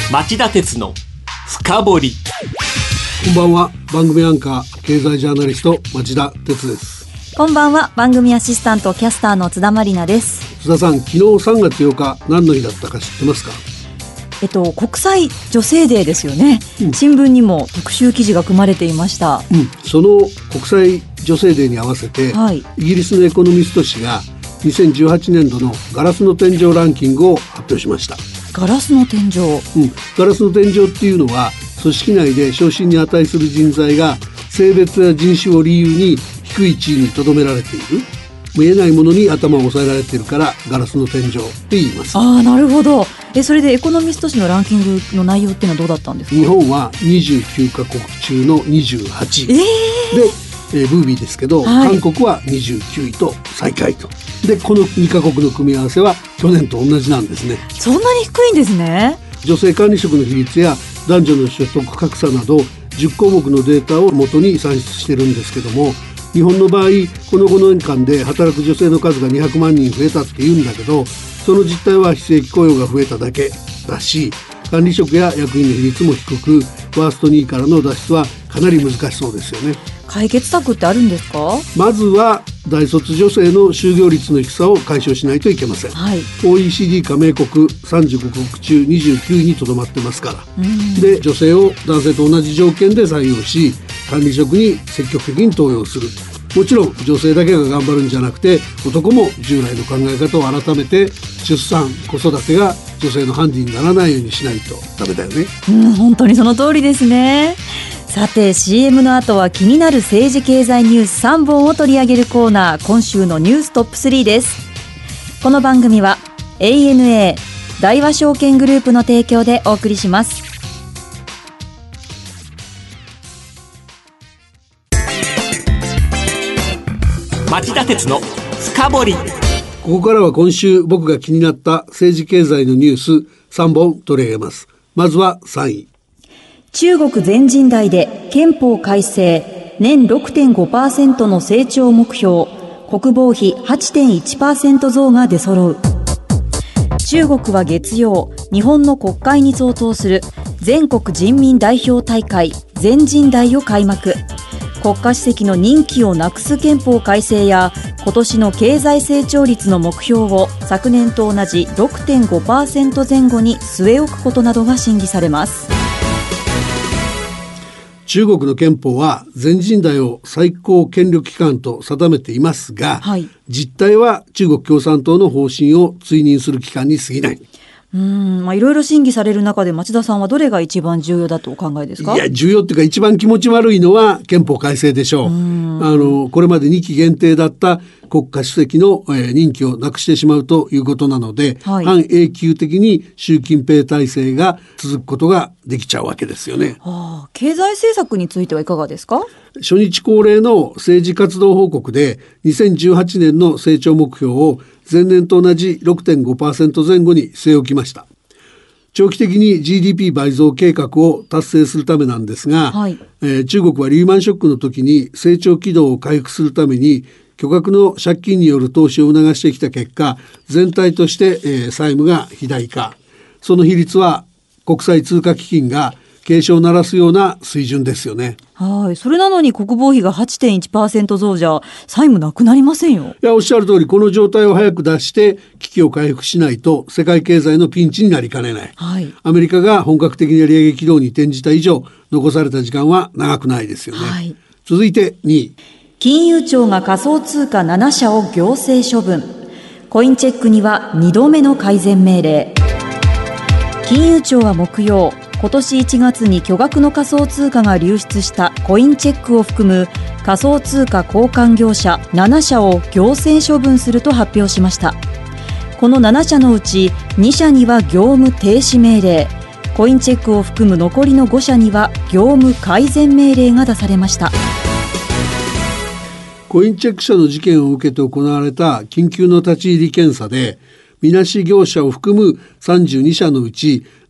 町田鉄の深掘り。 こんばんは。番組アンカー経済ジャーナリスト町田鉄です。 こんばんは。番組アシスタントキャスターの津田まりなです。 津田さん、昨日3月8日何の日だったか知ってますか？ 国際女性デーですよね、新聞にも特集記事が組まれていました、 その国際女性デーに合わせて、イギリスのエコノミスト誌が2018年度のガラスの天井ランキングを発表しました。 ガラスの天井、 ガラスの天井っていうのは組織内で昇進に値する人材が性別や人種を理由に低い地位に留められている、見えないものに頭を押さえられているからガラスの天井って言います。 なるほど。それでエコノミスト誌のランキングの内容っていうのはどうだったんですか？ 日本は29カ国中の28位、で、ブービーですけど、韓国は29位と最下位と。でこの2カ国の組み合わせは去年と同じなんですね。 そんなに低いんですね。 女性管理職の比率や男女の所得格差など10項目のデータを元に算出してるんですけども、日本の場合この5年間で働く女性の数が200万人増えたっていうんだけど、その実態は非正規雇用が増えただけだし、管理職や役員の比率も低く、ワースト2位からの脱出はかなり難しそうですよね。 解決策ってあるんですか？ まずは大卒女性の就業率の低さを解消しないといけません、OECD 加盟国35国中29位にとどまってますから、で女性を男性と同じ条件で採用し、管理職に積極的に登用する。もちろん女性だけが頑張るんじゃなくて、男も従来の考え方を改めて出産子育てが女性のハンディにならないようにしないとダメだよね。 本当にその通りですね。さて CM の後は気になる政治経済ニュース3本を取り上げるコーナー、今週のニューストップ3です。この番組は ANA 大和証券グループの提供でお送りします。 町田鉄の深掘り。 ここからは今週僕が気になった政治経済のニュース3本取り上げます。まずは3位。 中国全人代で憲法改正、年 6.5% の成長目標、国防費 8.1% 増が出揃う。中国は月曜、日本の国会に相当する全国人民代表大会全人代を開幕。国家主席の任期をなくす憲法改正や今年の経済成長率の目標を昨年と同じ 6.5% 前後に据え置くことなどが審議されます。 中国の憲法は全人代を最高権力機関と定めていますが、実態は中国共産党の方針を追認する機関に過ぎない。 いろいろ審議される中で町田さんはどれが一番重要だとお考えですか？ いや、重要っていうか一番気持ち悪いのは憲法改正でしょう。これまで2期限定だった国家主席の任期をなくしてしまうということなので、半永久的に習近平体制が続くことができちゃうわけですよね。 経済政策についてはいかがですか？ 初日恒例の政治活動報告で2018年の成長目標を前年と同じ 6.5% 前後に据え置きました。長期的に GDP 倍増計画を達成するためなんですが、中国はリーマンショックの時に成長軌道を回復するために巨額の借金による投資を促してきた結果、全体として、債務が肥大化。その比率は国際通貨基金が警鐘を鳴らすような水準ですよね。 それなのに国防費が 8.1% 増じゃ債務なくなりませんよ。 いや、おっしゃる通り、この状態を早く出して危機を回復しないと世界経済のピンチになりかねない。アメリカが本格的な利上げ軌道に転じた以上、残された時間は長くないですよね。続いて2位。 金融庁が仮想通貨7社を行政処分。コインチェックには2度目の改善命令。金融庁は木曜、今年1月に巨額の仮想通貨が流出したコインチェックを含む仮想通貨交換業者7社を行政処分すると発表しました。この7社のうち2社には業務停止命令、コインチェックを含む残りの5社には業務改善命令が出されました。 コインチェック社の事件を受けて行われた緊急の立ち入り検査で、みなし業者を含む32社のうち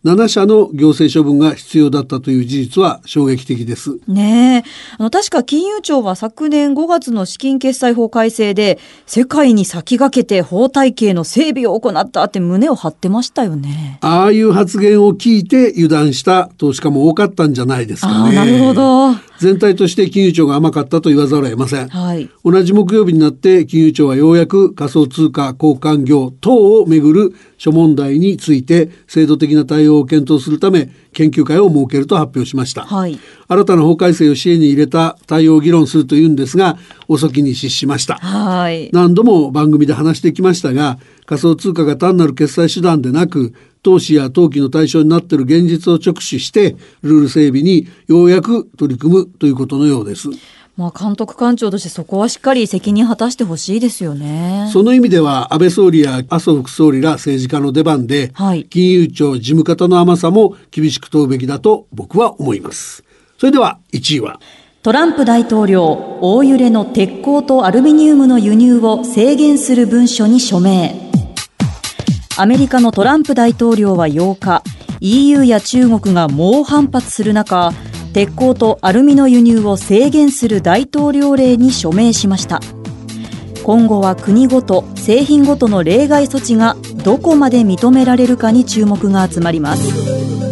7社の行政処分が必要だったという事実は衝撃的です。 ねえ、確か金融庁は昨年5月の資金決済法改正で世界に先駆けて法体系の整備を行ったって胸を張ってましたよね。 ああいう発言を聞いて油断した投資家も多かったんじゃないですかね。 なるほど。 全体として金融庁が甘かったと言わざるを得ません。 はい、 同じ木曜日になって金融庁はようやく仮想通貨交換業等をめぐる諸問題について制度的な対応を検討するため研究会を設けると発表しました。 はい、 新たな法改正を支援に入れた対応を議論するというんですが遅きに失しました。 はい、 何度も番組で話してきましたが、仮想通貨が単なる決済手段でなく投資や投機の対象になっている現実を直視してルール整備にようやく取り組むということのようです。 監督官庁としてそこはしっかり責任果たしてほしいですよね。 その意味では安倍総理や麻生副総理ら政治家の出番で、はい、金融庁事務方の甘さも厳しく問うべきだと僕は思います。それでは1位はトランプ大統領大揺れの鉄鋼とアルミニウムの輸入を制限する文書に署名。アメリカのトランプ大統領は8日 EU や中国が猛反発する中、鉄鋼とアルミの輸入を制限する大統領令に署名しました。今後は国ごと製品ごとの例外措置がどこまで認められるかに注目が集まります。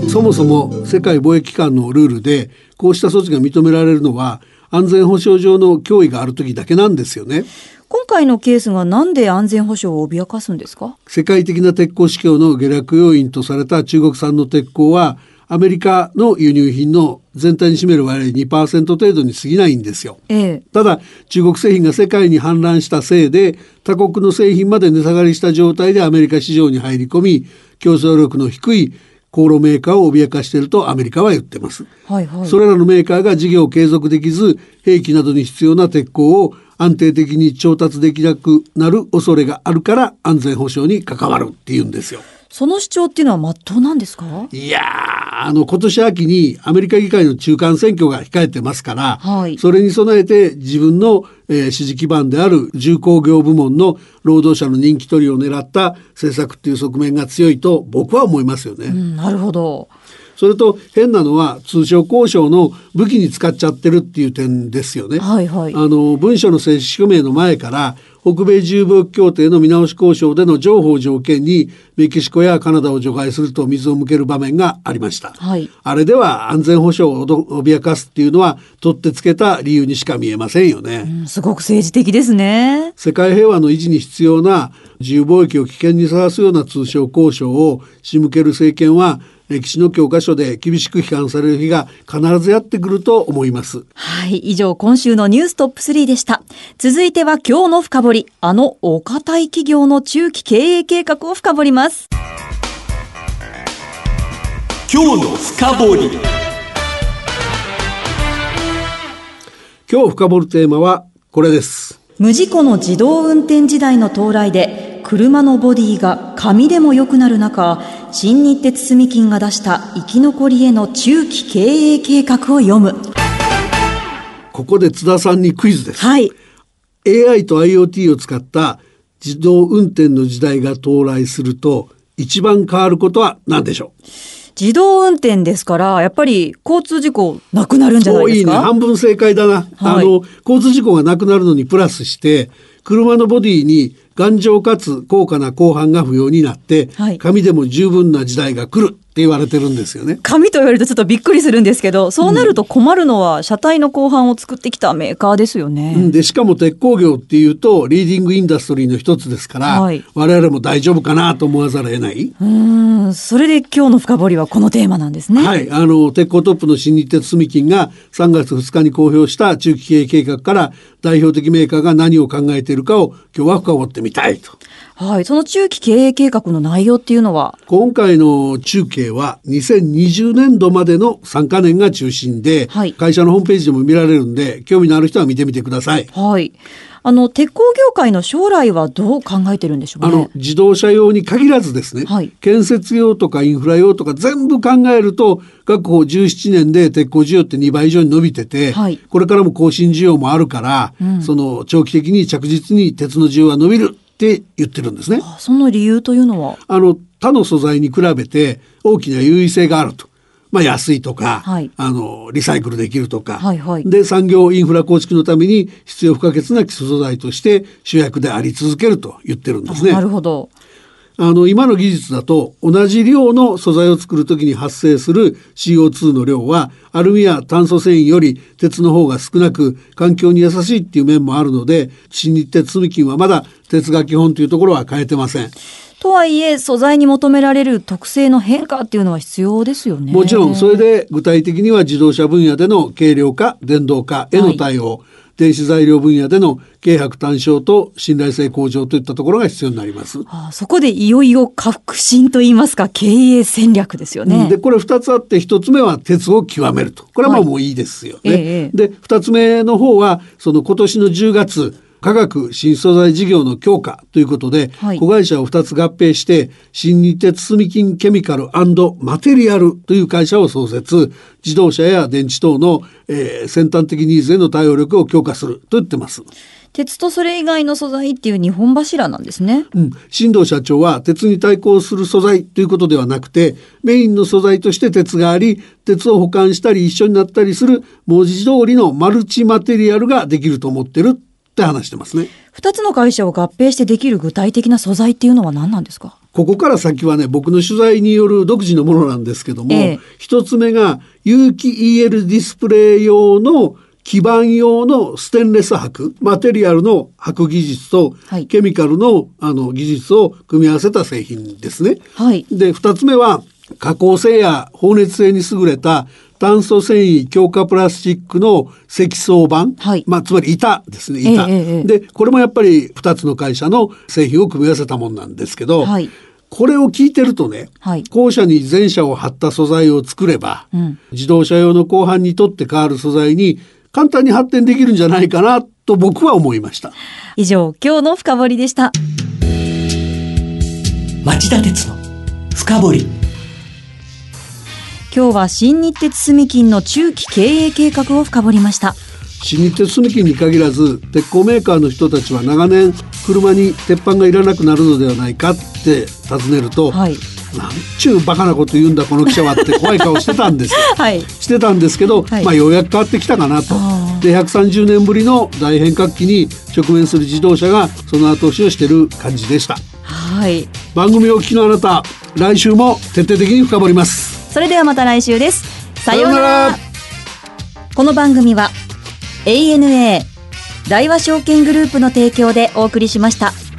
そもそも世界貿易機関のルールでこうした措置が認められるのは安全保障上の脅威がある時だけなんですよね。 今回のケースがなんで安全保障を脅かすんですか？ 世界的な鉄鋼市況の下落要因とされた中国産の鉄鋼はアメリカの輸入品の全体に占める割合 2% 程度に過ぎないんですよ。ただ中国製品が世界に氾濫したせいで他国の製品まで値下がりした状態でアメリカ市場に入り込み競争力の低い航路メーカーを脅かしているとアメリカは言ってます。はいはい、それらのメーカーが事業を継続できず兵器などに必要な鉄鋼を安定的に調達できなくなる恐れがあるから安全保障に関わるっていうんですよ。 その主張っていうのは真っ当なんですか？ いや今年秋にアメリカ議会の中間選挙が控えてますから、はい、それに備えて自分の、支持基盤である重工業部門の労働者の人気取りを狙った政策っていう側面が強いと僕は思いますよね。 なるほど。 それと変なのは通商交渉の武器に使っちゃってるっていう点ですよね。はいはい、文書の正式署名の前から北米自由貿易協定の見直し交渉での譲歩を条件にメキシコやカナダを除外すると水を向ける場面がありました。はい、あれでは安全保障を脅かすっていうのは取ってつけた理由にしか見えませんよね。 すごく政治的ですね。 世界平和の維持に必要な自由貿易を危険にさらすような通商交渉を仕向ける政権は歴史の教科書で厳しく批判される日が必ずやってくると思います。 はい、以上今週のニューストップ3でした。続いては今日の深掘り、お堅い企業の中期経営計画を深掘ります。 今日の深掘り。 今日深掘るテーマはこれです。 無事故の自動運転時代の到来で車のボディが紙でも良くなる中、新日鉄住金が出した生き残りへの中期経営計画を読む。 ここで津田さんにクイズです。 はい。 AI と IoT を使った自動運転の時代が到来すると一番変わることは何でしょう？ 自動運転ですからやっぱり交通事故なくなるんじゃないですか？ いいね、半分正解だな。はい、交通事故がなくなるのにプラスして車のボディに頑丈かつ高価な鋼板が不要になって、はい、紙でも十分な時代が来るって言われてるんですよね。 紙と言われるとちょっとびっくりするんですけど、そうなると困るのは車体の鋼板を作ってきたメーカーですよね。 でしかも鉄鋼業っていうとリーディングインダストリーの一つですから、はい、我々も大丈夫かなと思わざるを得ない。 それで今日の深掘りはこのテーマなんですね。 はい、鉄鋼トップの新日鉄住金が3月2日に公表した中期経営計画から代表的メーカーが何を考えているかを今日は深掘ってみたいと。 はい、その中期経営計画の内容っていうのは、 今回の中継は2020年度までの3カ年が中心で、はい、会社のホームページでも見られるんで興味のある人は見てみてください。 はい、鉄鋼業界の将来はどう考えてるんでしょうね。 自動車用に限らずですね、はい、建設用とかインフラ用とか全部考えると過去17年で鉄鋼需要って2倍以上に伸びてて、はい、これからも更新需要もあるから、その長期的に着実に鉄の需要は伸びるって言ってるんですね。 その理由というのは他の素材に比べて大きな優位性があると。安いとか、 はい、 リサイクルできるとか、 はいはい、 で産業インフラ構築のために必要不可欠な基礎素材として主役であり続けると言ってるんですね。 なるほど。 今の技術だと同じ量の素材を作るときに発生する CO2 の量はアルミや炭素繊維より鉄の方が少なく環境に優しいっていう面もあるので、新日鉄住金はまだ鉄が基本というところは変えてません。 とはいえ素材に求められる特性の変化っていうのは必要ですよね。 もちろんそれで具体的には自動車分野での軽量化電動化への対応、電子材料分野での軽薄短小と信頼性向上といったところが必要になります。 そこでいよいよ革新といいますか経営戦略ですよね。 でこれ2つあって、1つ目は鉄を極めると、これはもういいですよね。で2つ目の方はその今年の10月化学新素材事業の強化ということで、子会社を2つ合併して新日鉄住金ケミカル&マテリアルという会社を創設。自動車や電池等の、先端的ニーズへの対応力を強化すると言ってます。 鉄とそれ以外の素材っていう2本柱なんですね。 新藤社長は鉄に対抗する素材ということではなくて、メインの素材として鉄があり、鉄を保管したり一緒になったりする文字通りのマルチマテリアルができると思ってるって話してますね。 2つの会社を合併してできる具体的な素材っていうのは何なんですか？ ここから先はね、僕の取材による独自のものなんですけども、1つ目が有機 EL ディスプレイ用の基板用のステンレス箔、マテリアルの箔技術と、ケミカルの、技術を組み合わせた製品ですね。で2つ目は加工性や放熱性に優れた炭素繊維強化プラスチックの積層板、つまり板ですね。板、でこれもやっぱり2つの会社の製品を組み合わせたものなんですけど、これを聞いてるとね、後者に前者を貼った素材を作れば、自動車用の後半にとって変わる素材に簡単に発展できるんじゃないかなと僕は思いました。 以上、今日の深掘りでした。 町田鉄の深掘り。 今日は新日鉄住金の中期経営計画を深掘りました。 新日鉄住金に限らず鉄鋼メーカーの人たちは長年車に鉄板がいらなくなるのではないかって尋ねると、なんちゅうバカなこと言うんだこの記者はって怖い顔してたんですよ、してたんですけど、ようやく変わってきたかなと。で130年ぶりの大変革期に直面する自動車がその後押しをしている感じでした。番組をお聞きのあなた、来週も徹底的に深掘ります。 それではまた来週です。さようなら。この番組は ANA 大和証券グループの提供でお送りしました。